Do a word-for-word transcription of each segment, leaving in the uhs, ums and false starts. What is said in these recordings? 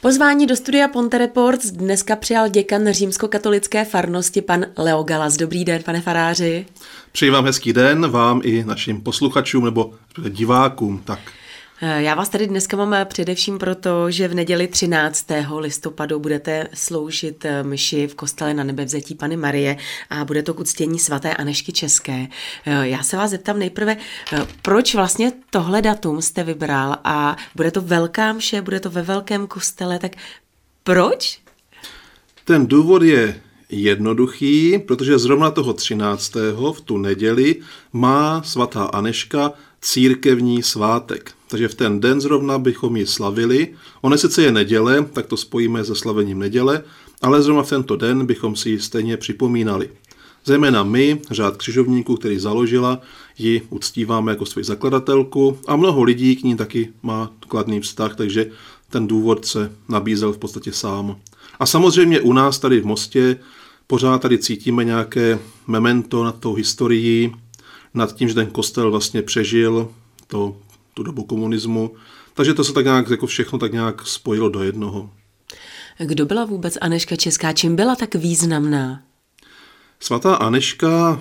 Pozvání do studia Ponte Reports dneska přijal děkan římskokatolické farnosti pan Leo Galas. Dobrý den, pane faráři. Přeji vám hezký den, vám i našim posluchačům nebo divákům. Tak. Já vás tady dneska mám především proto, že v neděli třináctého listopadu budete sloužit mši v kostele Na Nebevzetí Panny Marie a bude to k uctění svaté Anežky České. Já se vás zeptám nejprve, proč vlastně tohle datum jste vybral a bude to velká mše, bude to ve velkém kostele, tak proč? Ten důvod je jednoduchý, protože zrovna toho třináctého v tu neděli má svatá Anežka církevní svátek. Takže v ten den zrovna bychom ji slavili. Ono sice je neděle, tak to spojíme se slavením neděle, ale zrovna v tento den bychom si ji stejně připomínali. Zejména my, řád křižovníků, který založila, ji uctíváme jako svou zakladatelku a mnoho lidí k ní taky má kladný vztah, takže ten důvod se nabízel v podstatě sám. A samozřejmě u nás tady v Mostě pořád tady cítíme nějaké memento nad tou historií, nad tím, že ten kostel vlastně přežil to, tu dobu komunismu. Takže to se tak nějak jako všechno tak nějak spojilo do jednoho. Kdo byla vůbec Anežka Česká? Čím byla tak významná? Svatá Anežka,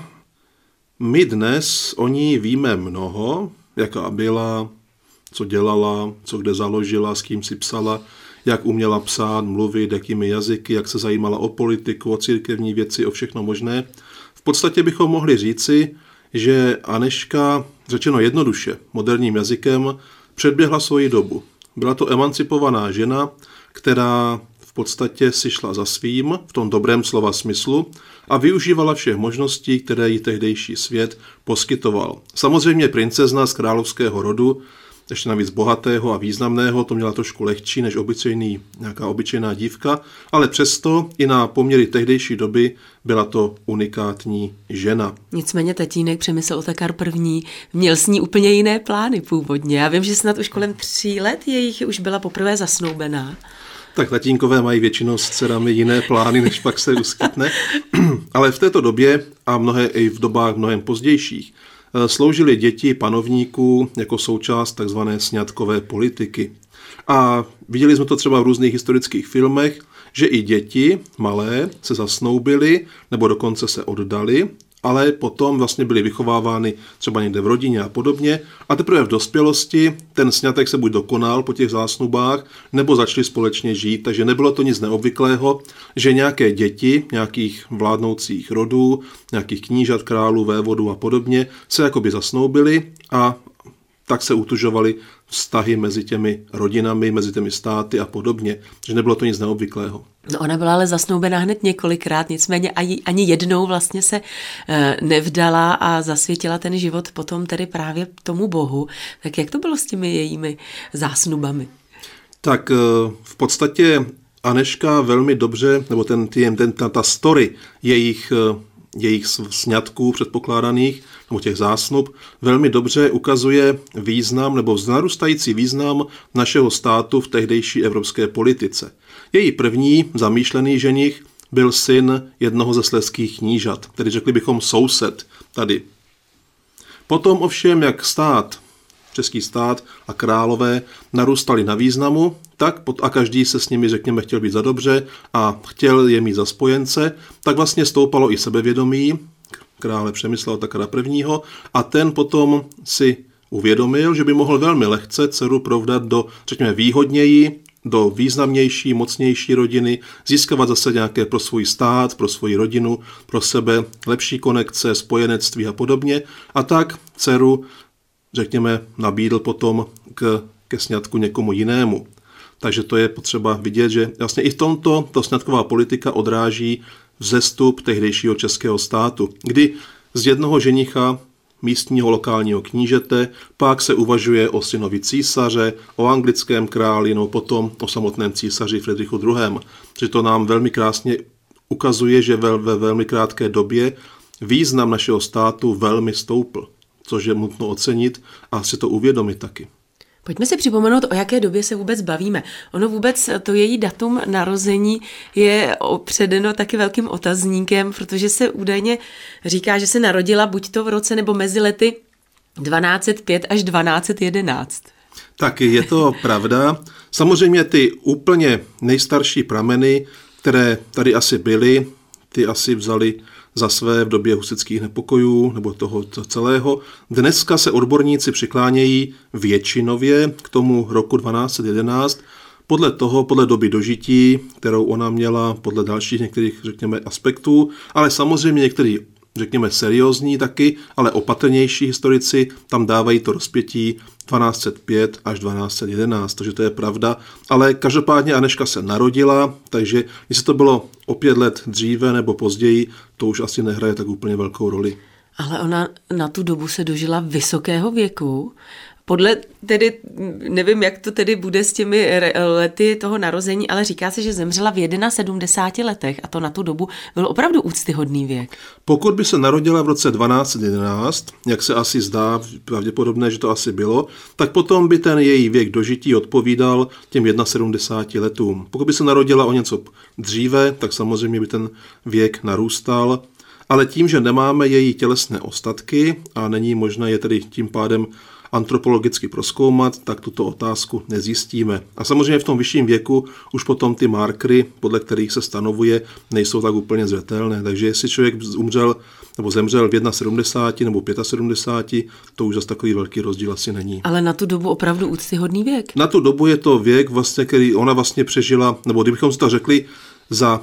my dnes o ní víme mnoho, jaká byla, co dělala, co kde založila, s kým si psala, jak uměla psát, mluvit, jakými jazyky, jak se zajímala o politiku, o církevní věci, o všechno možné. V podstatě bychom mohli říci, že Anežka, řečeno jednoduše, moderním jazykem, předběhla svoji dobu. Byla to emancipovaná žena, která v podstatě si šla za svým, v tom dobrém slova smyslu, a využívala všech možností, které jí tehdejší svět poskytoval. Samozřejmě princezna z královského rodu, ještě navíc bohatého a významného, to měla trošku lehčí než obyčejný, nějaká obyčejná dívka, ale přesto i na poměry tehdejší doby byla to unikátní žena. Nicméně tatínek Přemysl Otakar první měl s ní úplně jiné plány původně. Já vím, že snad už kolem tří let jejich už byla poprvé zasnoubená. Tak tatínkové mají většinou s dcerami jiné plány, než pak se vyskytne. Ale v této době a mnohé i v dobách mnohem pozdějších sloužily děti panovníků jako součást takzvané sňatkové politiky. A viděli jsme to třeba v různých historických filmech, že i děti malé se zasnoubily nebo dokonce se oddali, ale potom vlastně byly vychovávány třeba někde v rodině a podobně. A teprve v dospělosti ten sňatek se buď dokonal po těch zásnubách, nebo začali společně žít, takže nebylo to nic neobvyklého, že nějaké děti, nějakých vládnoucích rodů, nějakých knížat, králů, vévodů a podobně se jakoby zasnoubili a tak se utužovaly vztahy mezi těmi rodinami, mezi těmi státy a podobně, že nebylo to nic neobvyklého. No, ona byla ale zasnoubená hned několikrát, nicméně ani, ani jednou vlastně se e, nevdala a zasvětila ten život potom tedy právě tomu Bohu. Tak jak to bylo s těmi jejími zásnubami? Tak e, v podstatě Anežka velmi dobře, nebo ten, ten, ta, ta story jejich jejich sňatků předpokládaných, nebo těch zásnub, velmi dobře ukazuje význam nebo narůstající význam našeho státu v tehdejší evropské politice. Její první zamýšlený ženich byl syn jednoho ze slezských knížat, tedy řekli bychom soused tady. Potom ovšem, jak stát, český stát a králové narůstali na významu, tak a každý se s nimi, řekněme, chtěl být za dobře a chtěl je mít za spojence, tak vlastně stoupalo i sebevědomí krále Přemysla Otakara prvního a ten potom si uvědomil, že by mohl velmi lehce dceru provdat do, řekněme, výhodněji, do významnější, mocnější rodiny, získávat zase nějaké pro svůj stát, pro svoji rodinu, pro sebe lepší konekce, spojenectví a podobně. A tak dceru, řekněme, nabídl potom k, ke sňatku někomu jinému. Takže to je potřeba vidět, že vlastně i v tomto to sňatková politika odráží vzestup tehdejšího českého státu, kdy z jednoho ženicha místního lokálního knížete pak se uvažuje o synovi císaře, o anglickém králi, no potom o samotném císaři Fridrichu druhém. Takže to nám velmi krásně ukazuje, že ve, ve velmi krátké době význam našeho státu velmi stoupl, což je nutno ocenit a si to uvědomit taky. Pojďme si připomenout, o jaké době se vůbec bavíme. Ono vůbec, to její datum narození je opředeno taky velkým otazníkem, protože se údajně říká, že se narodila buď to v roce nebo mezi lety dvanáct set pět až dvanáct set jedenáct. Tak je to pravda. Samozřejmě ty úplně nejstarší prameny, které tady asi byly, ty asi vzali za své v době husitských nepokojů nebo toho celého. Dneska se odborníci přiklánějí většinově k tomu roku dvanáct set jedenáct, podle toho, podle doby dožití, kterou ona měla, podle dalších některých, řekněme, aspektů, ale samozřejmě některý, řekněme, seriózní taky, ale opatrnější historici tam dávají to rozpětí dvanáct set pět až dvanáct set jedenáct, takže to je pravda. Ale každopádně Anežka se narodila, takže jestli to bylo o pět let dříve nebo později, to už asi nehraje tak úplně velkou roli. Ale ona na tu dobu se dožila vysokého věku. Podle tedy, nevím, jak to tedy bude s těmi lety toho narození, ale říká se, že zemřela v sedmdesáti jedné letech a to na tu dobu byl opravdu úctyhodný věk. Pokud by se narodila v roce dvanáct set jedenáct, jak se asi zdá, pravděpodobné, že to asi bylo, tak potom by ten její věk dožití odpovídal těm sedmdesáti jedné letům. Pokud by se narodila o něco dříve, tak samozřejmě by ten věk narůstal, ale tím, že nemáme její tělesné ostatky a není možné je tedy tím pádem antropologicky prozkoumat, tak tuto otázku nezjistíme. A samozřejmě v tom vyšším věku už potom ty markery, podle kterých se stanovuje, nejsou tak úplně zřetelné. Takže jestli člověk umřel nebo zemřel v sedmdesáti jedné nebo sedmdesáti pěti, to už zase takový velký rozdíl asi není. Ale na tu dobu opravdu úctyhodný věk? Na tu dobu je to věk, vlastně, který ona vlastně přežila, nebo kdybychom si to řekli, za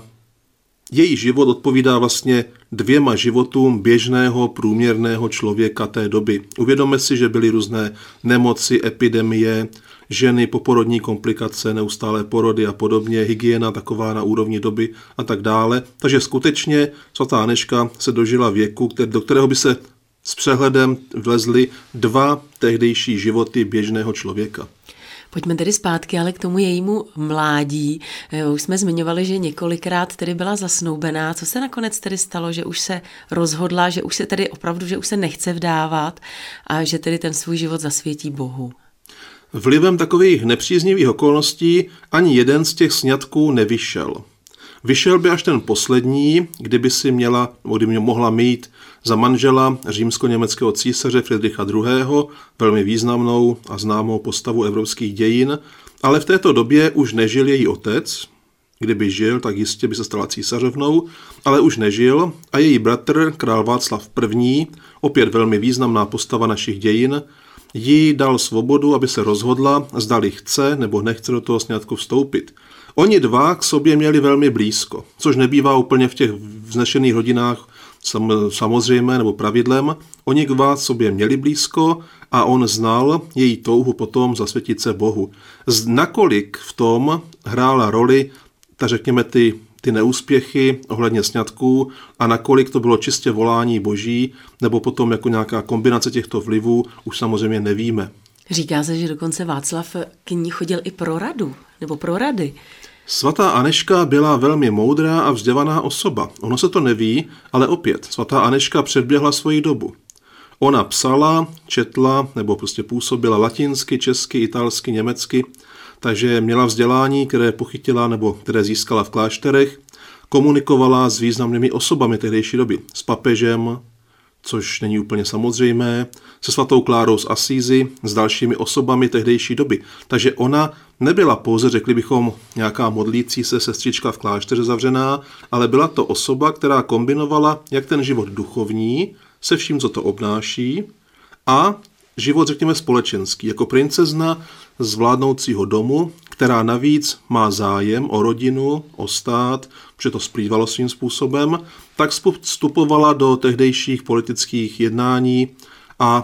její život odpovídá vlastně dvěma životům běžného průměrného člověka té doby. Uvědomme si, že byly různé nemoci, epidemie, ženy, poporodní komplikace, neustálé porody a podobně, hygiena taková na úrovni doby a tak dále. Takže skutečně svatá Anežka se dožila věku, do kterého by se s přehledem vlezly dva tehdejší životy běžného člověka. Pojďme tedy zpátky, ale k tomu jejímu mládí. Už jsme zmiňovali, že několikrát tedy byla zasnoubená. Co se nakonec tedy stalo, že už se rozhodla, že už se tedy opravdu, že už se nechce vdávat a že tedy ten svůj život zasvětí Bohu? Vlivem takových nepříznivých okolností ani jeden z těch sňatků nevyšel. Vyšel by až ten poslední, kdyby si měla, nebo kdyby mohla mít za manžela římsko-německého císaře Fridricha druhého., velmi významnou a známou postavu evropských dějin, ale v této době už nežil její otec. Kdyby žil, tak jistě by se stala císařovnou, ale už nežil a její bratr, král Václav první., opět velmi významná postava našich dějin, jí dal svobodu, aby se rozhodla, zdali chce nebo nechce do toho sňatku vstoupit. Oni dva k sobě měli velmi blízko, což nebývá úplně v těch vznešených rodinách samozřejmé nebo pravidlem. Oni dva sobě měli blízko a on znal její touhu potom zasvětit se Bohu. Nakolik v tom hrála roli, ta řekněme ty, ty neúspěchy ohledně sňatků a nakolik to bylo čistě volání Boží, nebo potom jako nějaká kombinace těchto vlivů, už samozřejmě nevíme. Říká se, že dokonce Václav k ní chodil i pro radu, nebo pro rady. Svatá Anežka byla velmi moudrá a vzdělaná osoba. Ono se to neví, ale opět, svatá Anežka předběhla svoji dobu. Ona psala, četla nebo prostě působila latinsky, česky, italsky, německy, takže měla vzdělání, které pochytila nebo které získala v klášterech, komunikovala s významnými osobami tehdejší doby, s papežem, což není úplně samozřejmé, se svatou Klárou z Asízy, s dalšími osobami tehdejší doby. Takže ona nebyla pouze, řekli bychom, nějaká modlící se sestřička v klášteře zavřená, ale byla to osoba, která kombinovala jak ten život duchovní se vším, co to obnáší, a život, řekněme, společenský, jako princezna z vládnoucího domu, která navíc má zájem o rodinu, o stát, protože to splývalo svým způsobem, tak vstupovala do tehdejších politických jednání a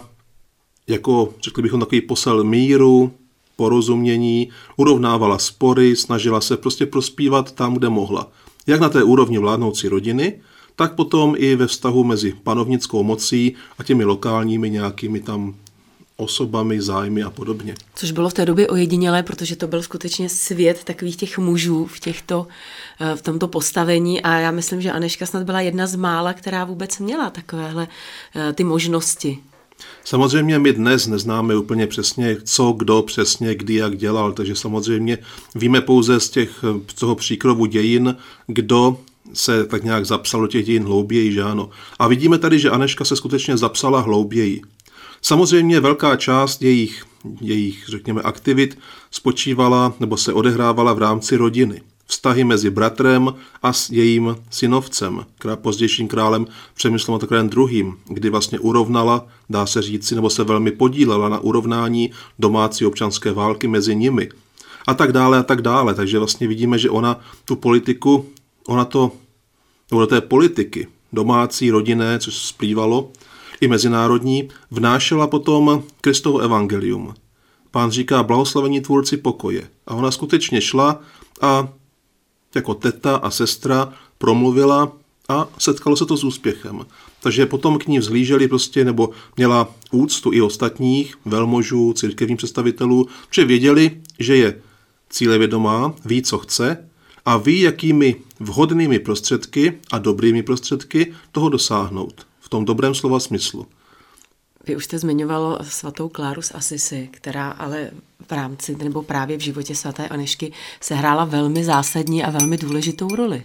jako, řekli bychom, takový posel míru, porozumění, urovnávala spory, snažila se prostě prospívat tam, kde mohla. Jak na té úrovni vládnoucí rodiny, tak potom i ve vztahu mezi panovnickou mocí a těmi lokálními nějakými tam osobami, zájmy a podobně. Což bylo v té době ojedinělé, protože to byl skutečně svět takových těch mužů v, těchto, v tomto postavení a já myslím, že Anežka snad byla jedna z mála, která vůbec měla takovéhle ty možnosti. Samozřejmě my dnes neznáme úplně přesně, co kdo přesně kdy jak dělal, takže samozřejmě víme pouze z těch, z toho příkrovu dějin, kdo se tak nějak zapsal do těch dějin hlouběji, že ano. A vidíme tady, že Anežka se skutečně zapsala hlouběji. Samozřejmě velká část jejich, jejich, řekněme, aktivit spočívala nebo se odehrávala v rámci rodiny. Vztahy mezi bratrem a s jejím synovcem, pozdějším králem Přemyslem Matokrálem druhým., kdy vlastně urovnala, dá se říci, nebo se velmi podílela na urovnání domácí občanské války mezi nimi. A tak dále a tak dále. Takže vlastně vidíme, že ona tu politiku, ona to, nebo do té politiky domácí, rodinné, což splývalo, i mezinárodní, vnášela potom Kristovo evangelium. Pán říká blahoslavení tvůrci pokoje. A ona skutečně šla a jako teta a sestra promluvila a setkalo se to s úspěchem. Takže potom k ní vzhlíželi prostě, nebo měla úctu i ostatních velmožů, církevních představitelů, že věděli, že je cílevědomá, ví, co chce a ví, jakými vhodnými prostředky a dobrými prostředky toho dosáhnout. V tom dobrém slova smyslu. Vy už jste zmiňovalo svatou Kláru z Asisi, která ale v rámci nebo právě v životě svaté Anežky sehrála velmi zásadní a velmi důležitou roli.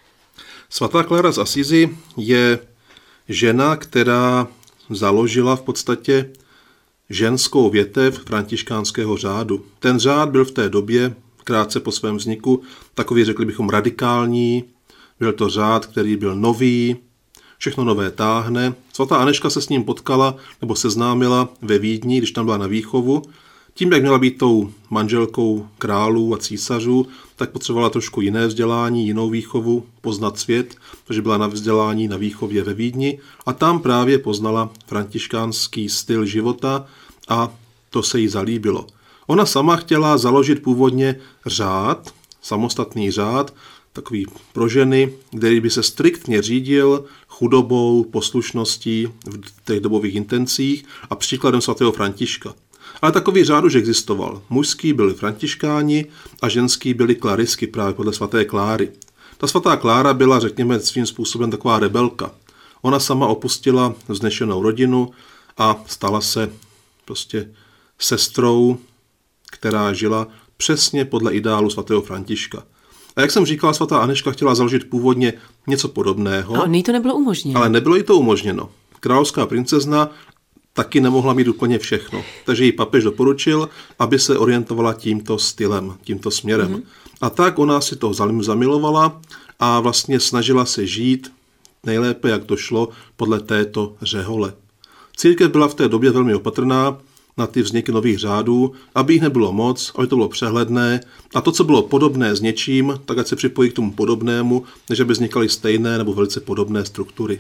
Svatá Klára z Asisi je žena, která založila v podstatě ženskou větev františkánského řádu. Ten řád byl v té době, krátce po svém vzniku, takový, řekli bychom, radikální. Byl to řád, který byl nový, všechno nové táhne. Svatá Anežka se s ním potkala nebo seznámila ve Vídni, když tam byla na výchovu. Tím, jak měla být tou manželkou králů a císařů, tak potřebovala trošku jiné vzdělání, jinou výchovu, poznat svět, protože byla na vzdělání na výchově ve Vídni a tam právě poznala františkánský styl života a to se jí zalíbilo. Ona sama chtěla založit původně řád, samostatný řád, takový pro ženy, který by se striktně řídil chudobou, poslušností v těch dobových intencích a příkladem svatého Františka. Ale takový řád už existoval. Mužský byli františkáni a ženský byli klarisky, právě podle svaté Kláry. Ta svatá Klára byla, řekněme, svým způsobem taková rebelka. Ona sama opustila vznešenou rodinu a stala se prostě sestrou, která žila přesně podle ideálu svatého Františka. A jak jsem říkal, svatá Anežka chtěla založit původně něco podobného. A jí to nebylo umožněno. Ale nebylo jí to umožněno. Královská princezna taky nemohla mít úplně všechno. Takže jí papež doporučil, aby se orientovala tímto stylem, tímto směrem. Mm-hmm. A tak ona si to zamilovala a vlastně snažila se žít nejlépe, jak to šlo, podle této řehole. Církev byla v té době velmi opatrná na ty vzniky nových řádů, aby jich nebylo moc, aby to bylo přehledné a to, co bylo podobné s něčím, tak ať se připojí k tomu podobnému, než aby vznikaly stejné nebo velice podobné struktury.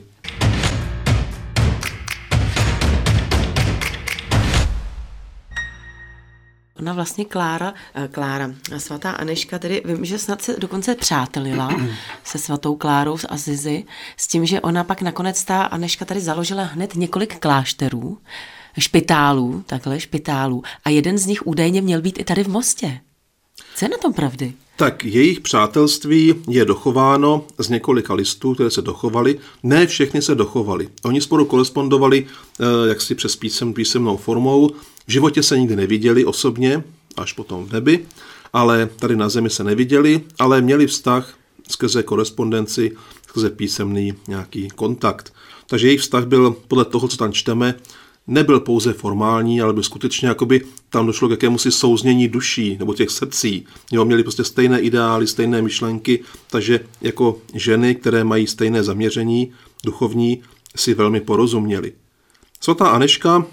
Ona vlastně Klára, Klára, svatá Anežka, tedy vím, že snad se dokonce přátelila se svatou Klárou z Asisi, s tím, že ona pak nakonec ta Anežka tady založila hned několik klášterů, špitálů, takhle špitálů. A jeden z nich údajně měl být i tady v Mostě. Co je na tom pravdy? Tak jejich přátelství je dochováno z několika listů, které se dochovaly. Ne všechny se dochovaly. Oni spolu korespondovali jaksi přes písem, písemnou formou. V životě se nikdy neviděli osobně, až potom v nebi, ale tady na zemi se neviděli, ale měli vztah skrze korespondenci, skrze písemný nějaký kontakt. Takže jejich vztah byl podle toho, co tam čteme, nebyl pouze formální, ale byl skutečně, jakoby tam došlo k jakémusi souznění duší nebo těch srdcí. Jo, měli prostě stejné ideály, stejné myšlenky, takže jako ženy, které mají stejné zaměření duchovní, si velmi porozuměli. Svatá Anežka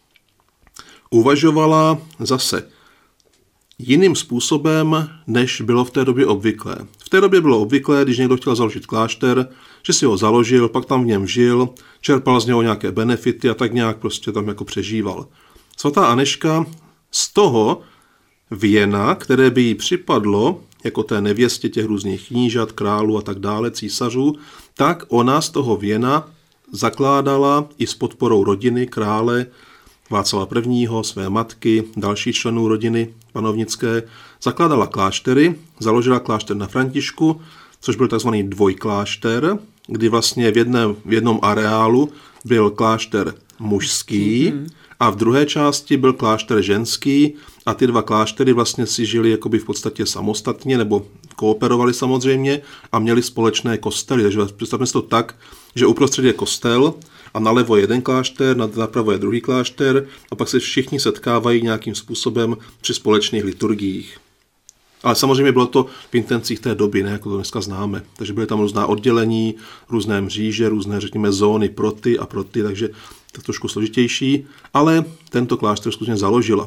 uvažovala zase jiným způsobem, než bylo v té době obvyklé. V té době bylo obvyklé, když někdo chtěl založit klášter, že si ho založil, pak tam v něm žil, čerpal z něho nějaké benefity a tak nějak prostě tam jako přežíval. Svatá Anežka z toho věna, které by jí připadlo, jako té nevěstě těch různých knížat, králů a tak dále, císařů, tak ona z toho věna zakládala i s podporou rodiny, krále, Václava prvního., své matky, dalších členů rodiny panovnické, zakládala kláštery, založila klášter na Františku, což byl tzv. Dvojklášter, kdy vlastně v, jedné, v jednom areálu byl klášter mužský mm-hmm. a v druhé části byl klášter ženský a ty dva kláštery vlastně si žili jakoby v podstatě samostatně nebo kooperovali samozřejmě a měli společné kostely. Takže představme si to tak, že uprostřed je kostel a nalevo je jeden klášter, napravo je druhý klášter a pak se všichni setkávají nějakým způsobem při společných liturgiích. Ale samozřejmě bylo to v intencích té doby, ne jako to dneska známe. Takže byly tam různá oddělení, různé mříže, různé, řekněme, zóny pro ty a pro ty, takže to je trošku složitější, ale tento klášter skutečně založila.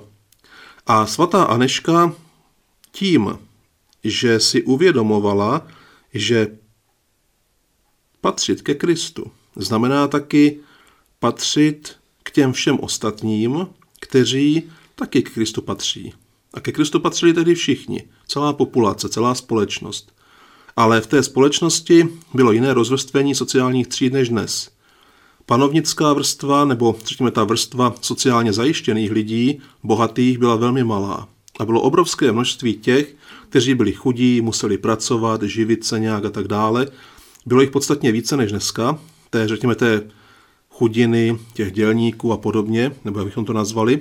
A svatá Anežka tím, že si uvědomovala, že patřit ke Kristu znamená taky patřit k těm všem ostatním, kteří taky k Kristu patří. A ke Kristu patřili tedy všichni, celá populace, celá společnost. Ale v té společnosti bylo jiné rozvrstvení sociálních tříd než dnes. Panovnická vrstva, nebo řekněme ta vrstva sociálně zajištěných lidí, bohatých, byla velmi malá. A bylo obrovské množství těch, kteří byli chudí, museli pracovat, živit se nějak a tak dále. Bylo jich podstatně více než dneska, té, řekněme, té chudiny, těch dělníků a podobně, nebo jak bychom to nazvali.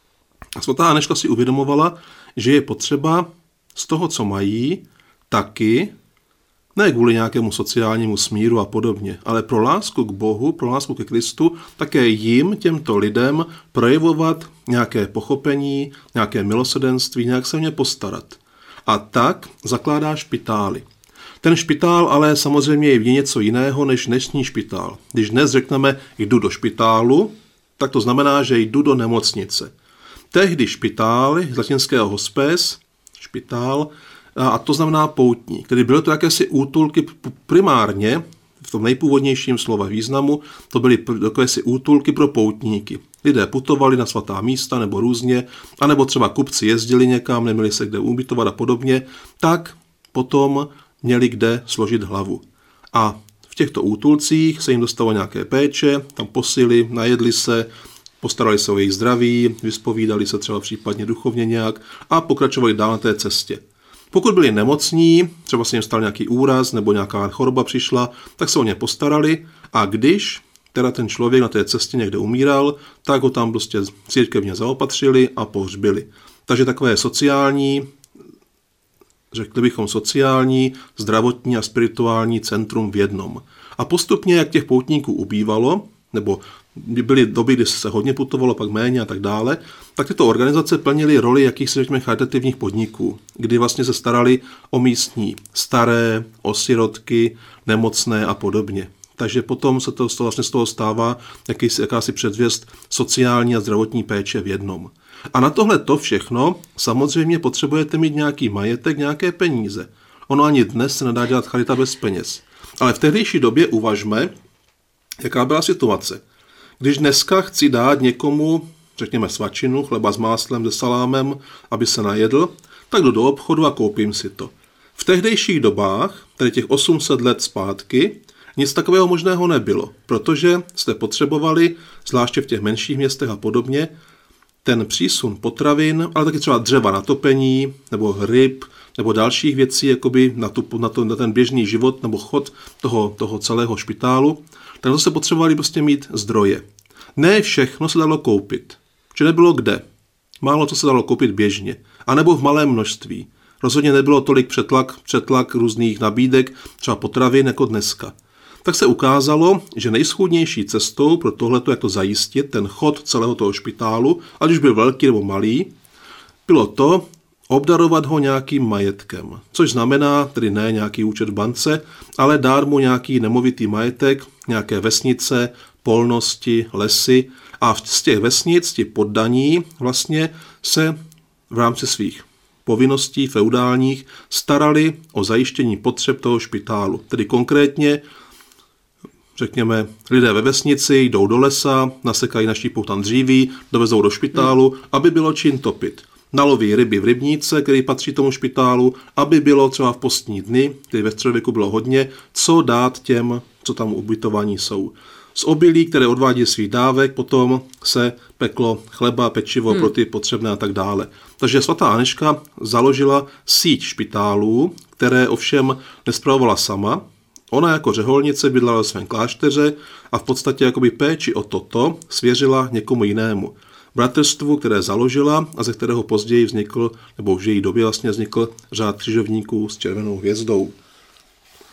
A svatá Anežka si uvědomovala, že je potřeba z toho, co mají, taky, ne kvůli nějakému sociálnímu smíru a podobně, ale pro lásku k Bohu, pro lásku ke Kristu, také jim, těmto lidem, projevovat nějaké pochopení, nějaké milosrdenství, nějak se o ně postarat. A tak zakládá špitály. Ten špitál ale samozřejmě je něco jiného než dnešní špitál. Když dnes řekneme jdu do špitálu, tak to znamená, že jdu do nemocnice. Tehdy špitál, z latinského hospes, špitál, a to znamená poutník. Tedy byly to jakési útulky primárně, v tom nejpůvodnějším slova významu, to byly jakési útulky pro poutníky. Lidé putovali na svatá místa nebo různě, anebo třeba kupci jezdili někam, neměli se kde ubytovat a podobně, tak potom měli kde složit hlavu. A v těchto útulcích se jim dostalo nějaké péče, tam posily, najedli se, postarali se o jejich zdraví, vyspovídali se třeba případně duchovně nějak a pokračovali dál na té cestě. Pokud byli nemocní, třeba se jim stal nějaký úraz nebo nějaká choroba přišla, tak se o ně postarali a když teda ten člověk na té cestě někde umíral, tak ho tam prostě církevně zaopatřili a pohřbili. Takže takové sociální, řekli bychom sociální, zdravotní a spirituální centrum v jednom. A postupně, jak těch poutníků ubývalo, nebo byly doby, kdy se hodně putovalo, pak méně a tak dále, tak tyto organizace plnily roli jakýchsi, řekněme, charitativních podniků, kdy vlastně se starali o místní staré, o sirotky, nemocné a podobně. Takže potom se to vlastně z toho stává jakýsi, jakási předvěst sociální a zdravotní péče v jednom. A na tohle to všechno samozřejmě potřebujete mít nějaký majetek, nějaké peníze. Ono ani dnes se nedá dělat charita bez peněz. Ale v tehdejší době uvažme, jaká byla situace. Když dneska chci dát někomu, řekněme svačinu, chleba s máslem, se salámem, aby se najedl, tak jdu do obchodu a koupím si to. V tehdejších dobách, tedy těch osm set let zpátky, nic takového možného nebylo, protože jste potřebovali, zvláště v těch menších městech a podobně, ten přísun potravin, ale taky třeba dřeva na topení, nebo ryb, nebo dalších věcí jakoby na, tu, na, to, na ten běžný život nebo chod toho, toho celého špitálu, tak to se potřebovali prostě mít zdroje. Ne všechno se dalo koupit, či nebylo kde. Málo co se dalo koupit běžně, anebo v malém množství. Rozhodně nebylo tolik přetlak, přetlak různých nabídek, třeba potravin jako dneska. Tak se ukázalo, že nejschůdnější cestou pro tohleto, jak to zajistit, ten chod celého toho špitálu, ať už byl velký nebo malý, bylo to obdarovat ho nějakým majetkem. Což znamená tedy ne nějaký účet v bance, ale dát mu nějaký nemovitý majetek, nějaké vesnice, polnosti, lesy a z těch vesnic, ti poddaní vlastně se v rámci svých povinností feudálních starali o zajištění potřeb toho špitálu. Tedy konkrétně řekněme, lidé ve vesnici jdou do lesa, nasekají, naštípou tam dříví, dovezou do špitálu, aby bylo čím topit. Naloví ryby v rybníce, který patří tomu špitálu, aby bylo třeba v postní dny, kdy ve středověku bylo hodně, co dát těm, co tam ubytovaní jsou. Z obilí, které odvádí svých dávek, potom se peklo chleba, pečivo hmm. pro ty potřebné a tak dále. Takže svatá Anežka založila síť špitálů, které ovšem nespravovala sama. Ona jako řeholnice bydlela ve svém klášteře a v podstatě jakoby péči o toto svěřila někomu jinému. Bratrstvu, které založila a ze kterého později vznikl, nebo už v její době vlastně vznikl řád křižovníků s červenou hvězdou.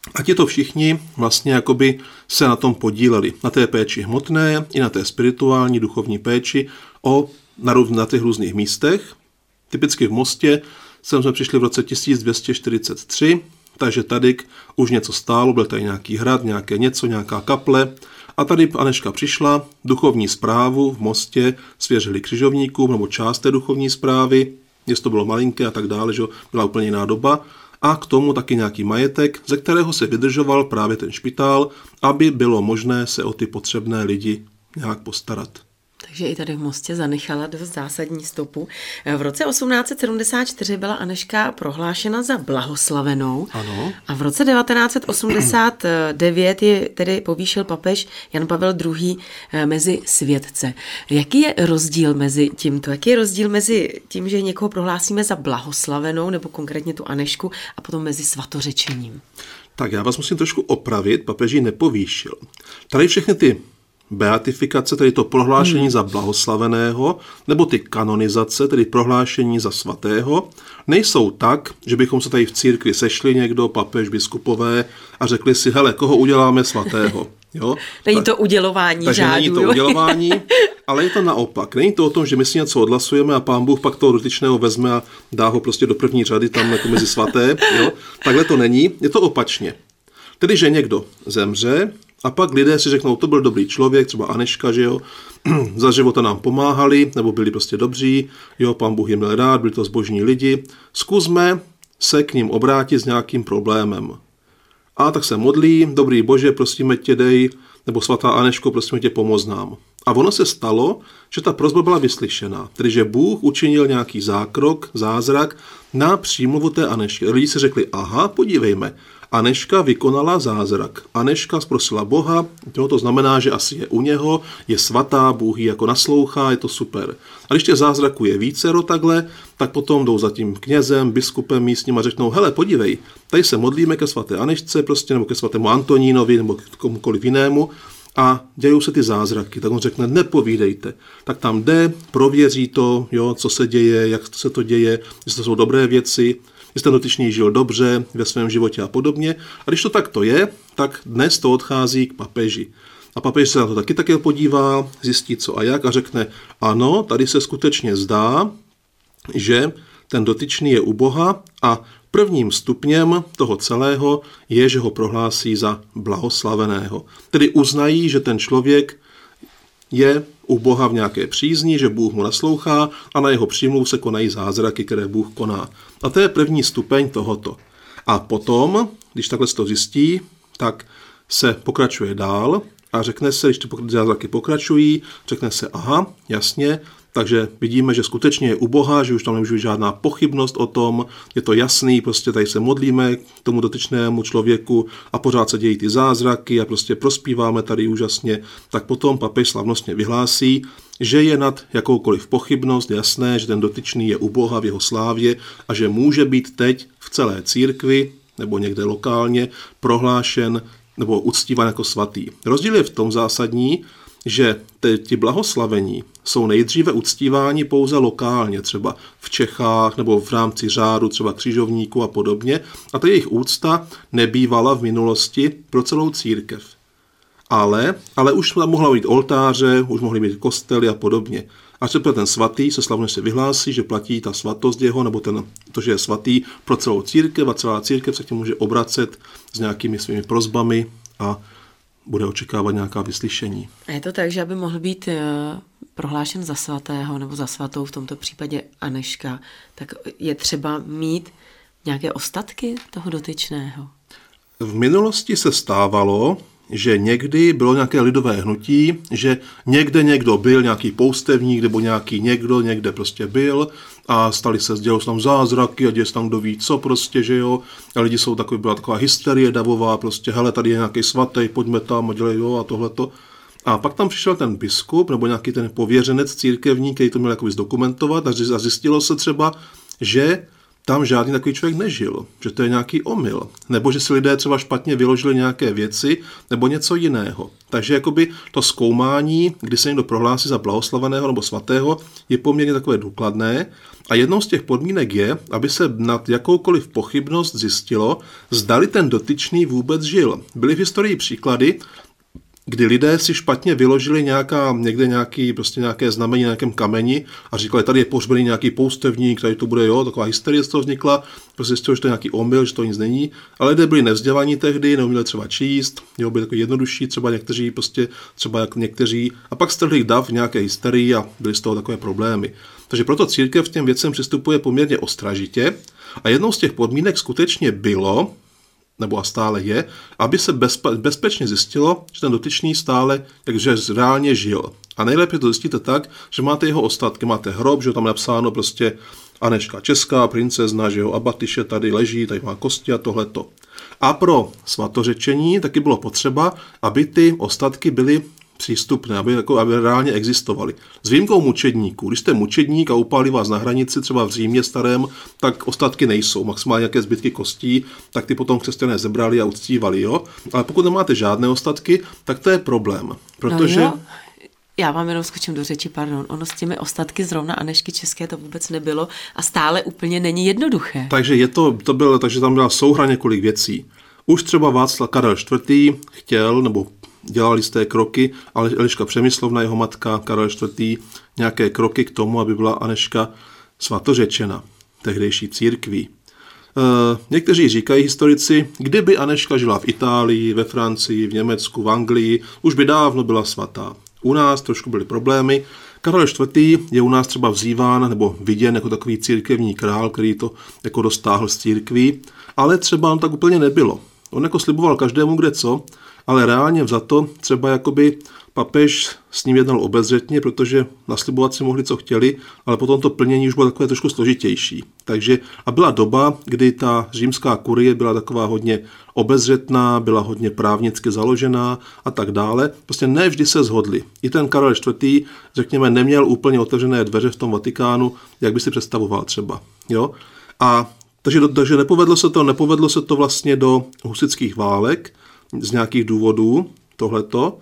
A ti to všichni vlastně jakoby se na tom podíleli. Na té péči hmotné i na té spirituální, duchovní péči o, na, na těch různých místech. Typicky v Mostě jsme přišli v roce tisíc dvě stě čtyřicet tři, takže tady už něco stálo, byl tady nějaký hrad, nějaké něco, nějaká kaple. A tady Anežka přišla, duchovní správu v Mostě svěřili křižovníkům, nebo část té duchovní správy, město bylo malinké a tak dále, že byla úplně jiná doba. A k tomu taky nějaký majetek, ze kterého se vydržoval právě ten špitál, aby bylo možné se o ty potřebné lidi nějak postarat. Takže i tady v Mostě zanechala dost zásadní stopu. V roce osmnáct set sedmdesát čtyři byla Anežka prohlášena za blahoslavenou. Ano. A v roce devatenáct set osmdesát devět ji tedy povýšil papež Jan Pavel druhý. mezi světce. Jaký je rozdíl mezi tímto? Jaký je rozdíl mezi tím, že někoho prohlásíme za blahoslavenou, nebo konkrétně tu Anežku, a potom mezi svatořečením? Tak já vás musím trošku opravit, papež ji nepovýšil. Tady všechny ty beatifikace, tedy to prohlášení hmm. za blahoslaveného, nebo ty kanonizace, tedy prohlášení za svatého, nejsou tak, že bychom se tady v církvi sešli někdo, papež, biskupové a řekli si, hele, koho uděláme svatého. Jo? Není to udělování Takže řádu. není to udělování, ale je to naopak. Není to o tom, že my si něco odhlasujeme a Pán Bůh pak toho dotyčného vezme a dá ho prostě do první řady tam jako mezi svaté. Jo? Takhle to není, je to opačně. Tedy, že někdo zemře, a pak lidé si řeknou, to byl dobrý člověk, třeba Anežka, že jo, za života nám pomáhali, nebo byli prostě dobří, jo, Pán Bůh je měl rád, byli to zbožní lidi, zkusme se k ním obrátit s nějakým problémem. A tak se modlí, dobrý Bože, prosíme tě dej, nebo svatá Anežko, prosíme tě pomoz nám. A ono se stalo, že ta prosba byla vyslyšená, tedy že Bůh učinil nějaký zákrok, zázrak na přímluvu té Anežky. Lidi si řekli, aha, podívejme, Anežka vykonala zázrak. Anežka zprosila Boha, to znamená, že asi je u něho, je svatá, Bůh ji jako naslouchá, je to super. A když těch zázraků je vícero takhle, tak potom jdou za tím knězem, biskupem místním a řeknou, hele, podívej, tady se modlíme ke svaté Anežce, prostě, nebo ke svatému Antonínovi, nebo k komukoliv jinému, a dějou se ty zázraky. Tak on řekne, nepovídejte. Tak tam jde, prověří to, jo, co se děje, jak se to děje, jestli to jsou dobré věci, jestli ten dotyčný žil dobře ve svém životě a podobně. A když to takto je, tak dnes to odchází k papeži. A papež se na to taky také podívá, zjistí co a jak a řekne, ano, tady se skutečně zdá, že ten dotyčný je u Boha a prvním stupněm toho celého je, že ho prohlásí za blahoslaveného. Tedy uznají, že ten člověk je u Boha v nějaké přízni, že Bůh mu naslouchá a na jeho přímluvu se konají zázraky, které Bůh koná. A to je první stupeň tohoto. A potom, když takhle se to zjistí, tak se pokračuje dál a řekne se, když ty zázraky pokračují, řekne se, aha, jasně, takže vidíme, že skutečně je u Boha, že už tam nemůže být žádná pochybnost o tom, je to jasný, prostě tady se modlíme k tomu dotyčnému člověku a pořád se dějí ty zázraky a prostě prospíváme tady úžasně, tak potom papež slavnostně vyhlásí, že je nad jakoukoliv pochybnost jasné, že ten dotyčný je u Boha v jeho slávě a že může být teď v celé církvi nebo někde lokálně prohlášen nebo uctívan jako svatý. Rozdíl je v tom zásadní, že ti blahoslavení jsou nejdříve uctíváni pouze lokálně, třeba v Čechách nebo v rámci řádu třeba křižovníků a podobně. A ta jejich úcta nebývala v minulosti pro celou církev. Ale, ale už tam mohla být oltáře, už mohly být kostely a podobně. A třeba ten svatý se slavně se vyhlásí, že platí ta svatost jeho, nebo ten, to, že je svatý pro celou církev a celá církev se k němu může obracet s nějakými svými prosbami a bude očekávat nějaká vyslyšení. A je to tak, že aby mohl být prohlášen za svatého nebo za svatou, v tomto případě Anežka, tak je třeba mít nějaké ostatky toho dotyčného? V minulosti se stávalo, že někdy bylo nějaké lidové hnutí, že někde někdo byl, nějaký poustevník, nebo nějaký někdo někde prostě byl a stali se, dělou se tam zázraky a děje se tam kdo ví co prostě, že jo. A lidi jsou takový, byla taková hysterie davová, prostě hele, tady je nějaký svatý, pojďme tam a dělej jo a tohleto. A pak tam přišel ten biskup nebo nějaký ten pověřenec církevní, který to měl jakoby zdokumentovat a zjistilo se třeba, že tam žádný takový člověk nežil, že to je nějaký omyl, nebo že si lidé třeba špatně vyložili nějaké věci, nebo něco jiného. Takže jakoby to zkoumání, kdy se někdo prohlásí za blahoslaveného nebo svatého, je poměrně takové důkladné a jednou z těch podmínek je, aby se nad jakoukoliv pochybnost zjistilo, zdali ten dotyčný vůbec žil. Byly v historii příklady, kdy lidé si špatně vyložili nějaká, někde nějaký, prostě nějaké znamení na nějakém kameni a říkali, tady je pohřbený nějaký poustevník, tady to bude, jo, taková hysterie z toho vznikla, prostě zjistilo, že to je nějaký omyl, že to nic není, ale lidé byli nevzdělaní tehdy, neuměli třeba číst, jo, byli takový jednodušší, třeba někteří, prostě třeba jak někteří, a pak strhli dav v nějaké hysterii a byly z toho takové problémy. Takže proto církev k těm věcem přistupuje poměrně ostražitě a jednou z těch podmínek skutečně bylo, nebo a stále je, aby se bezpe- bezpečně zjistilo, že ten dotyčný stále takže reálně žil. A nejlépe to zjistíte tak, že máte jeho ostatky, máte hrob, že tam napsáno prostě Anežka česká, princezna, že jo, a Batyše tady leží, tady má kosti a tohleto. A pro svatořečení taky bylo potřeba, aby ty ostatky byly přístupné, aby, jako, aby reálně existovaly. S výjimkou mučedníků. Když jste mučedník a upálí vás na hranici, třeba v Římě starém, tak ostatky nejsou. Maximálně nějaké zbytky kostí, tak ty potom křesťané zebrali a uctívali. Jo? Ale pokud nemáte žádné ostatky, tak to je problém. Protože... No já vám jenom skočím do řeči, pardon. Ono s těmi ostatky zrovna Anežky české to vůbec nebylo a stále úplně není jednoduché. Takže, je to, to bylo, takže tam byla souhra několik věcí. Už třeba Václav Karel čtvrtý. chtěl, nebo dělali jste kroky, ale Eliška Přemyslovna, jeho matka, Karel čtvrtý. nějaké kroky k tomu, aby byla Anežka svatořečena tehdejší církví. E, někteří říkají historici, kdyby Anežka žila v Itálii, ve Francii, v Německu, v Anglii, už by dávno byla svatá. U nás trošku byly problémy. Karel čtvrtý. je u nás třeba vzýván nebo viděn jako takový církevní král, který to jako dostáhl z církví, ale třeba on tak úplně nebylo. On jako sliboval každému kde co, ale reálně vzato třeba jakoby papež s ním jednal obezřetně, protože naslibovat si mohli, co chtěli, ale potom to plnění už bylo takové trošku složitější. Takže a byla doba, kdy ta římská kurie byla taková hodně obezřetná, byla hodně právnicky založená a tak dále. Prostě ne vždy se shodli. I ten Karel čtvrtý. řekněme, neměl úplně otevřené dveře v tom Vatikánu, jak by si představoval třeba. Jo? A takže, takže nepovedlo se to, nepovedlo se to vlastně do husitských válek z nějakých důvodů, tohleto.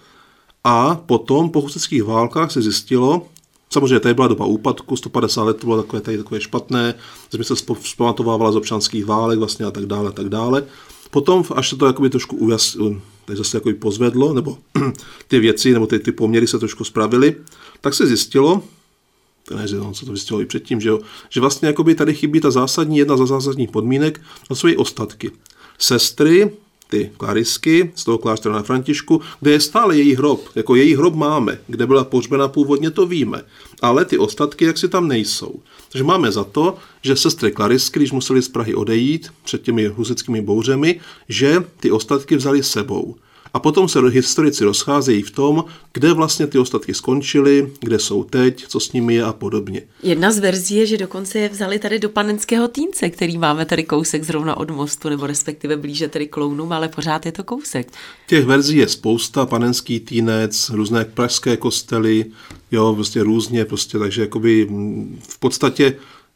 A potom po husitských válkách se zjistilo, samozřejmě tady byla doba úpadku, sto padesát let to bylo takové, tady takové špatné, země se vzpamatovávala z občanských válek vlastně a tak dále a tak dále. Potom, až se to jakoby trošku ujas, tady zase jakoby pozvedlo, nebo ty věci, nebo ty, ty poměry se trošku spravily, tak se zjistilo, to ne, co to zjistilo i předtím, že, jo, že vlastně jakoby tady chybí ta zásadní, jedna z zásadních podmínek, a jsou její ostatky. Sestry, ty klarisky z toho kláštera na Františku, kde je stále její hrob. Jako její hrob máme, kde byla pohřbena původně, to víme. Ale ty ostatky jaksi tam nejsou. Takže máme za to, že sestry klarisky, když museli z Prahy odejít před těmi husitskými bouřemi, že ty ostatky vzali sebou. A potom se historici rozcházejí v tom, kde vlastně ty ostatky skončily, kde jsou teď, co s nimi je a podobně. Jedna z verzí je, že dokonce je vzali tady do Panenského Týnce, který máme tady kousek zrovna od mostu, nebo respektive blíže tady k Lounům, ale pořád je to kousek. Těch verzí je spousta, Panenský Týnec, různé pražské kostely, jo, prostě různě, prostě, takže jakoby v podstatě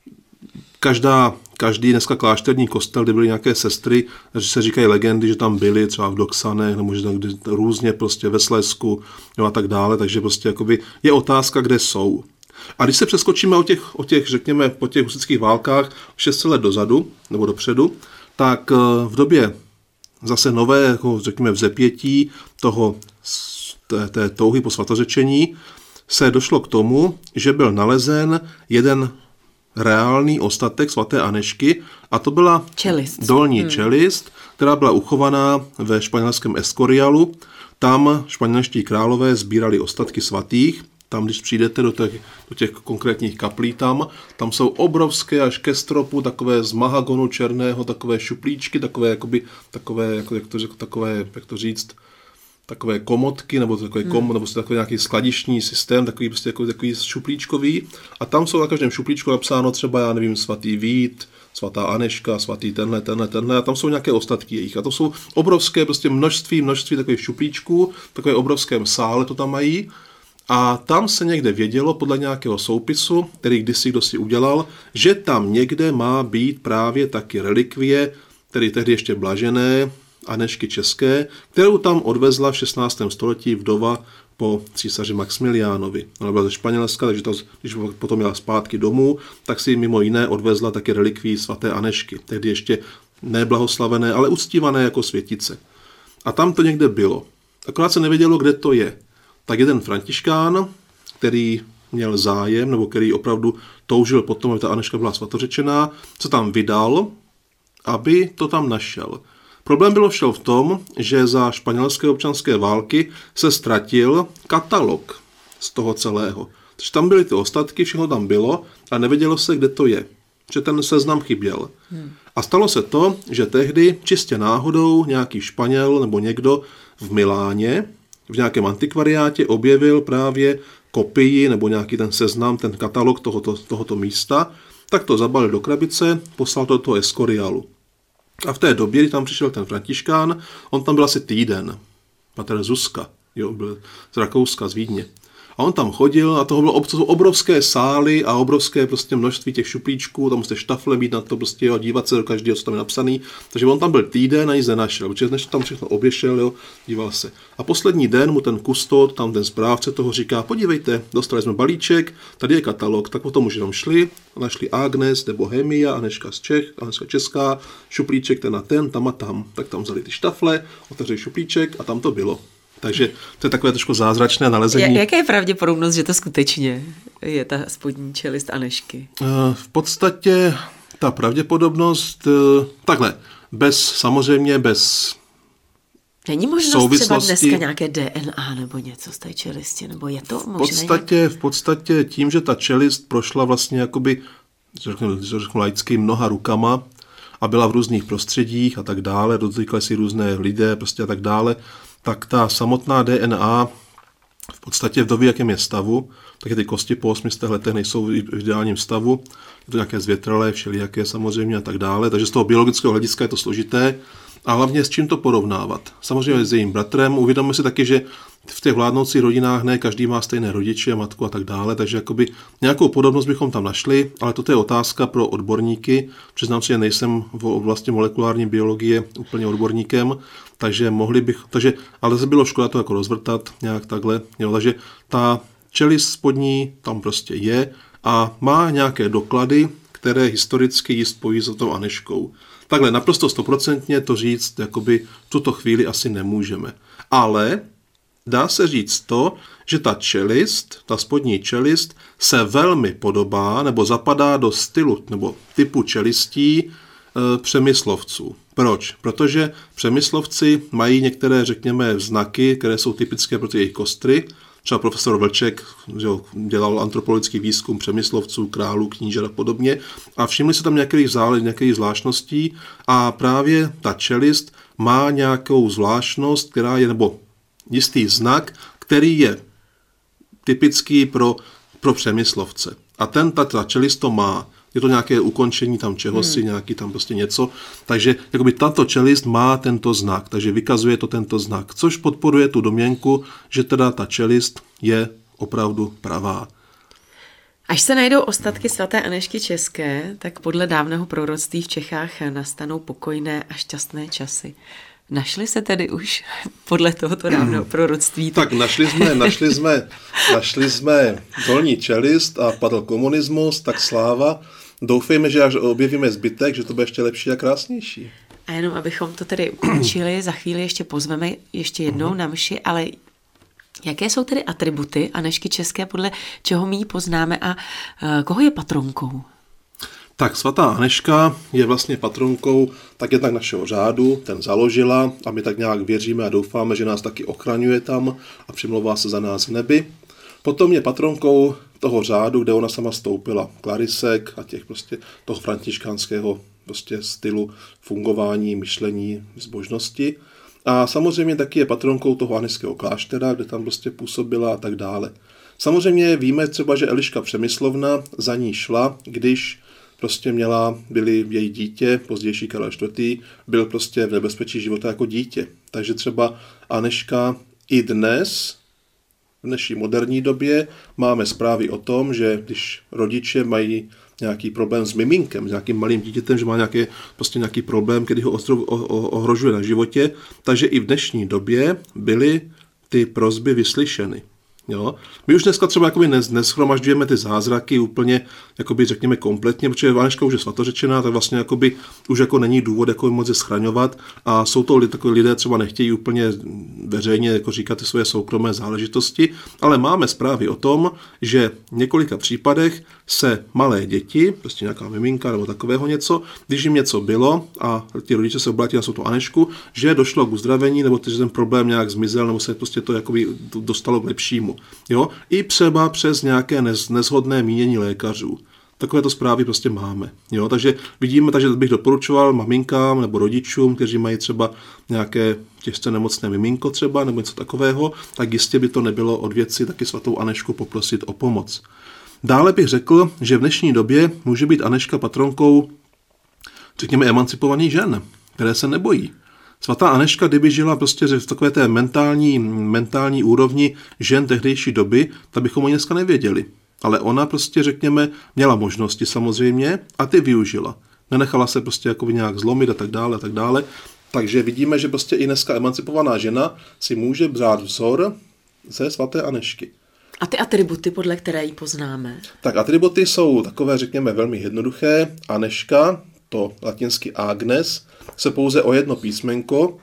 každá Každý dneska klášterní kostel, kde byly nějaké sestry, že se říkají legendy, že tam byly třeba v Doksanech, nebo že tam různě prostě ve Slezsku, jo, a tak dále, takže prostě jakoby je otázka, kde jsou. A když se přeskočíme o těch, o těch řekněme, po těch husitských válkách šest set let dozadu, nebo dopředu, tak v době zase nové, jako řekněme vzepětí toho, té, té touhy po svatořečení, se došlo k tomu, že byl nalezen jeden reálný ostatek svaté Anežky a to byla čelist. dolní hmm. čelist, která byla uchovaná ve španělském Escorialu. Tam španělští králové sbírali ostatky svatých. Tam, když přijdete do těch, do těch konkrétních kaplí tam, tam jsou obrovské až ke stropu, takové z mahagonu černého, takové šuplíčky, takové, jakoby, takové, jako, jak, to, takové jak to říct, takové komodky, nebo takové kom, hmm. nebo takový nějaký skladišní systém, takový prostě jako, takový šuplíčkový. A tam jsou na každém šuplíčku napsáno třeba, já nevím, svatý Vít, svatá Anežka, svatý tenhle, tenhle, tenhle. A tam jsou nějaké ostatky jejich. A to jsou obrovské prostě množství, množství takových šuplíčků, takové obrovském sále to tam mají. A tam se někde vědělo podle nějakého soupisu, který kdysi kdo si udělal, že tam někde má být právě taky relikvie, tedy tehdy ještě blažené Anežky České, kterou tam odvezla v šestnáctém století vdova po císaři Maxmiliánovi. Ona byla ze Španělska, takže to, když potom jela zpátky domů, tak si mimo jiné odvezla taky relikví svaté Anežky, tehdy ještě neblahoslavené, ale uctívané jako světice. A tam to někde bylo. Akorát se nevědělo, kde to je. Tak jeden františkán, který měl zájem, nebo který opravdu toužil potom, aby ta Anežka byla svatořečená, co tam vydal, aby to tam našel. Problém bylo všel v tom, že za španělské občanské války se ztratil katalog z toho celého. Takže tam byly ty ostatky, všechno tam bylo a nevědělo se, kde to je. Že ten seznam chyběl. Hmm. A stalo se to, že tehdy čistě náhodou nějaký Španěl nebo někdo v Miláně v nějakém antikvariátě objevil právě kopii nebo nějaký ten seznam, ten katalog tohoto, tohoto místa, tak to zabalil do krabice, poslal to do toho Escorialu. A v té době, kdy tam přišel ten františkán, on tam byl asi týden. Pater Zuzka, jo, byl z Rakouska, z Vídně. A on tam chodil a toho bylo obrovské sály a obrovské prostě množství těch šuplíčků, tam musíte štafle mít na to prostě a dívat se do každého, co tam je napsaný. Takže on tam byl týden a nic nenašel, protože než tam všechno oběšel, jo, díval se. A poslední den mu ten kustod, tam ten správce toho říká, podívejte, dostali jsme balíček, tady je katalog, tak potom už jenom šli a našli Agnes de Bohemia, Anežka z Čech, Anežka Česká, šuplíček ten a ten, tam a tam. Tak tam vzali ty štafle, otevřeli šuplíček a tam to bylo. Takže to je takové trošku zázračné nalezení. Jaká je pravděpodobnost, že to skutečně je ta spodní čelist Anežky? V podstatě ta pravděpodobnost, takhle, bez, samozřejmě bez Není možnost třeba dneska nějaké D N A nebo něco z té čelisti, nebo je to možné? V podstatě, v podstatě tím, že ta čelist prošla vlastně jakoby, řeknu, řeknu laicky, mnoha rukama a byla v různých prostředích a tak dále, dotýkali si různé lidé prostě a tak dále, tak ta samotná D N A v podstatě v době, jakém je stavu, tak ty kosti po osmi stech letech nejsou v ideálním stavu, je to nějaké zvětralé, všelijaké samozřejmě a tak dále, takže z toho biologického hlediska je to složité a hlavně s čím to porovnávat. Samozřejmě s jejím bratrem, uvědomme si taky, že v těch vládnoucích rodinách ne každý má stejné rodiče, matku a tak dále, takže jakoby nějakou podobnost bychom tam našli, ale toto je otázka pro odborníky. Přiznám si, že nejsem v oblasti molekulární biologie úplně odborníkem, takže mohli bych, takže, ale se bylo škoda to jako rozvrtat nějak takhle, jo, takže ta čelist spodní tam prostě je a má nějaké doklady, které historicky ji spojí s tou Anežkou. Takhle naprosto stoprocentně to říct jakoby v tuto chvíli asi nemůžeme. Ale dá se říct to, že ta čelist, ta spodní čelist se velmi podobá nebo zapadá do stylu nebo typu čelistí e, Přemyslovců. Proč? Protože Přemyslovci mají některé, řekněme, znaky, které jsou typické pro ty jejich kostry. Třeba profesor Vlček že dělal antropologický výzkum Přemyslovců, králů, knížat a podobně a všimli se tam nějakých zálež, nějakých zvláštností a právě ta čelist má nějakou zvláštnost, která je, nebo jistý znak, který je typický pro, pro Přemyslovce. A ten, ta, ta čelist to má. Je to nějaké ukončení tam čehosi, hmm. nějaký tam prostě něco. Takže jakoby tato čelist má tento znak, takže vykazuje to tento znak, což podporuje tu domněnku, že teda ta čelist je opravdu pravá. Až se najdou ostatky svaté Anežky České, tak podle dávného proroctví v Čechách nastanou pokojné a šťastné časy. Našli se tedy už podle tohoto dávného proroctví? Tak našli jsme, našli jsme, našli jsme dolní čelist a padl komunismus, tak sláva. Doufejme, že až objevíme zbytek, že to bude ještě lepší a krásnější. A jenom abychom to tedy ukončili, za chvíli ještě pozveme ještě jednou uh-huh. na mši, ale jaké jsou tedy atributy Anežky České, podle čeho my ji poznáme a uh, koho je patronkou? Tak svatá Anežka je vlastně patronkou tak jednak našeho řádu, ten založila a my tak nějak věříme a doufáme, že nás taky ochraňuje tam a přimlouvá se za nás v nebi. Potom je patronkou toho řádu, kde ona sama stoupila, klarisek a těch prostě toho františkánského prostě stylu fungování, myšlení, zbožnosti. A samozřejmě taky je patronkou toho anežského kláštera, kde tam prostě působila a tak dále. Samozřejmě víme třeba, že Eliška Přemyslovna za ní šla, když prostě měla, byli její dítě, pozdější Karel čtvrtý, byl prostě v nebezpečí života jako dítě. Takže třeba Anežka i dnes v dnešní moderní době máme zprávy o tom, že když rodiče mají nějaký problém s miminkem, s nějakým malým dítětem, že má nějaký, prostě nějaký problém, který ho ostro, o, o, ohrožuje na životě, takže i v dnešní době byly ty prosby vyslyšeny. Jo? My už dneska třeba jakoby neschromažďujeme ty zázraky úplně, jakoby řekněme kompletně, protože Aneška už je svatořečená, tak vlastně jakoby už jako není důvod jako moc je schraňovat a jsou to lidé, lidé třeba nechtějí úplně veřejně jako říkat ty svoje soukromé záležitosti, ale máme zprávy o tom, že v několika případech se malé děti, prostě nějaká miminka nebo takového něco, když jim něco bylo a ti rodiče se obrátili na svou Anešku, že došlo k uzdravení nebo že ten problém nějak zmizel nebo se prostě to jakoby dostalo k lepšímu. Jo? I třeba přes nějaké nez, nezhodné mínění lékařů. Takovéto zprávy prostě máme. Jo? Takže vidíme, takže bych doporučoval maminkám nebo rodičům, kteří mají třeba nějaké těžce nemocné miminko třeba nebo něco takového, tak jistě by to nebylo od věci taky svatou Anešku poprosit o pomoc. Dále bych řekl, že v dnešní době může být Aneška patronkou, řekněme, emancipovaných žen, které se nebojí. Svatá Aneška, kdyby žila prostě v takové té mentální, mentální úrovni žen tehdejší doby, tak bychom o ní dneska nevěděli. Ale ona prostě, řekněme, měla možnosti samozřejmě a ty využila. Nenechala se prostě jakoby nějak zlomit a tak dále a tak dále. Takže vidíme, že prostě i dneska emancipovaná žena si může brát vzor ze svaté Anešky. A ty atributy, podle které ji poznáme? Tak atributy jsou takové, řekněme, velmi jednoduché. Aneška, to latinsky Agnes, se pouze o jedno písmenko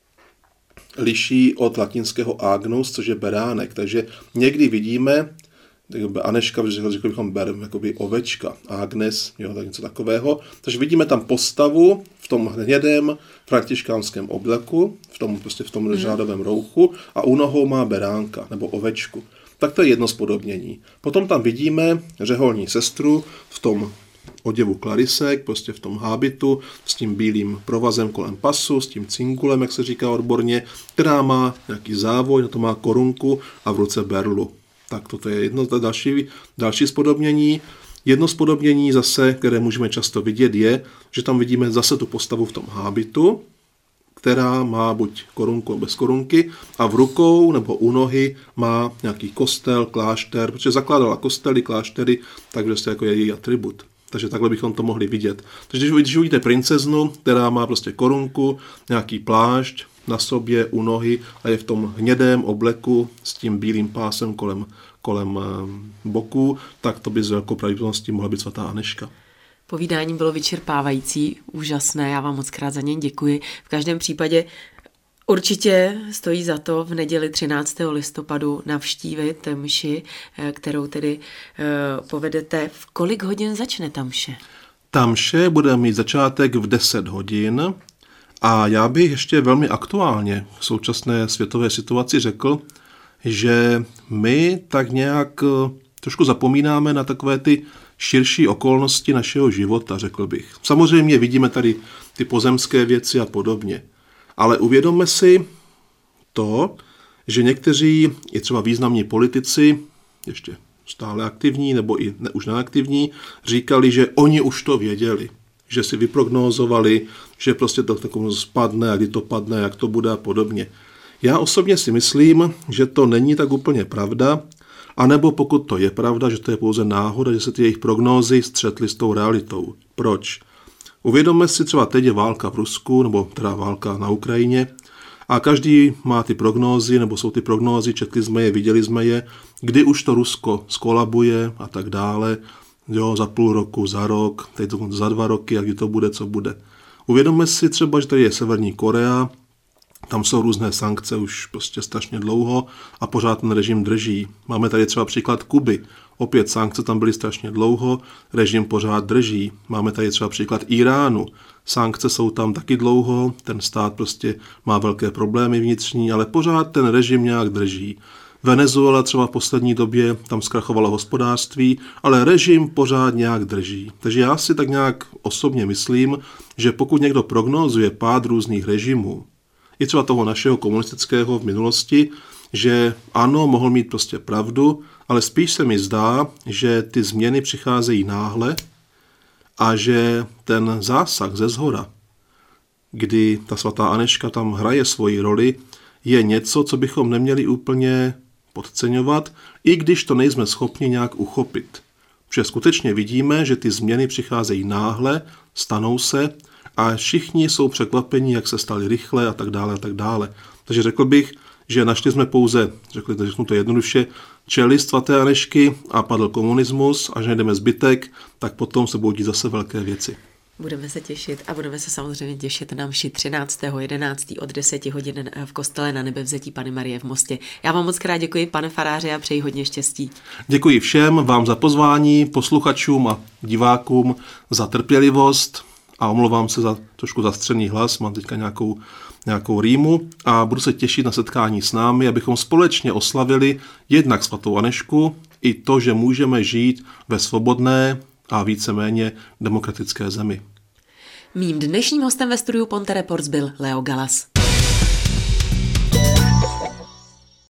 liší od latinského agnus, což je beránek. Takže někdy vidíme, Aneška, řekli bychom ber, jakoby ovečka, Agnes, jo, tak něco takového. Takže vidíme tam postavu v tom hnědém františkánském obleku, v tom, prostě v tom mm. řádovém rouchu a u nohou má beránka nebo ovečku. Tak to je jedno spodobnění. Potom tam vidíme řeholní sestru v tom oděvu klarisek, prostě v tom hábitu, s tím bílým provazem kolem pasu, s tím cingulem, jak se říká odborně, která má nějaký závoj, na to má korunku a v ruce berlu. Tak toto je jedno další, další spodobnění. Jedno spodobnění zase, které můžeme často vidět, je, že tam vidíme zase tu postavu v tom hábitu, která má buď korunku bez korunky a v rukou nebo u nohy má nějaký kostel, klášter, protože zakládala kostely, kláštery, takže to jako je její atribut. Takže takhle bychom to mohli vidět. Takže když uvidíte princeznu, která má prostě korunku, nějaký plášť na sobě, u nohy a je v tom hnědém obleku s tím bílým pásem kolem, kolem boku, tak to by s velkou pravděpodobností mohla být svatá Aneška. Povídání bylo vyčerpávající, úžasné, já vám moc krát za něj děkuji. V každém případě určitě stojí za to v neděli třináctého listopadu navštívit mši, kterou tedy povedete. V kolik hodin začne ta mše? Ta mše bude mít začátek v deset hodin a já bych ještě velmi aktuálně v současné světové situaci řekl, že my tak nějak trošku zapomínáme na takové ty širší okolnosti našeho života, řekl bych. Samozřejmě vidíme tady ty pozemské věci a podobně. Ale uvědomme si to, že někteří, i třeba významní politici, ještě stále aktivní nebo i ne, už neaktivní, říkali, že oni už to věděli, že si vyprognózovali, že prostě to takovou spadne a kdy to padne, jak to bude a podobně. Já osobně si myslím, že to není tak úplně pravda, anebo pokud to je pravda, že to je pouze náhoda, že se ty jejich prognózy střetly s tou realitou. Proč? Uvědomme si, třeba teď je válka v Rusku, nebo teda válka na Ukrajině a každý má ty prognózy, nebo jsou ty prognózy, četli jsme je, viděli jsme je, kdy už to Rusko skolabuje a tak dále, jo, za půl roku, za rok, teď za dva roky, a kdy to bude, co bude. Uvědomme si třeba, že tady je Severní Korea, tam jsou různé sankce už prostě strašně dlouho a pořád ten režim drží. Máme tady třeba příklad Kuby. Opět sankce tam byly strašně dlouho, režim pořád drží. Máme tady třeba příklad Iránu. Sankce jsou tam taky dlouho, ten stát prostě má velké problémy vnitřní, ale pořád ten režim nějak drží. Venezuela třeba v poslední době, tam zkrachovalo hospodářství, ale režim pořád nějak drží. Takže já si tak nějak osobně myslím, že pokud někdo prognózuje pád různých režimů, i třeba toho našeho komunistického v minulosti, že ano, mohl mít prostě pravdu, ale spíš se mi zdá, že ty změny přicházejí náhle a že ten zásah ze zhora, kdy ta svatá Aneška tam hraje svoji roli, je něco, co bychom neměli úplně podceňovat, i když to nejsme schopni nějak uchopit. Protože skutečně vidíme, že ty změny přicházejí náhle, stanou se a všichni jsou překvapení, jak se staly rychle a tak dále a tak dále. Takže řekl bych, že našli jsme pouze, řekli, řeknu to jednoduše, čelist svaté Anežky a padl komunismus, až najdeme zbytek, tak potom se budou dít zase velké věci. Budeme se těšit a budeme se samozřejmě těšit na mši třináctého jedenáctého od deseti hodin v kostele Na Nebevzetí Panny Marie v Mostě. Já vám moc krát děkuji, pane faráři, a přeji hodně štěstí. Děkuji všem vám za pozvání, posluchačům a divákům za trpělivost a omlouvám se za trošku zastřený hlas, mám teďka nějakou, nějakou rýmu a budu se těšit na setkání s námi, abychom společně oslavili jednak svatou Anežku i to, že můžeme žít ve svobodné a víceméně demokratické zemi. Mým dnešním hostem ve studiu Ponte Reports byl Leo Galas.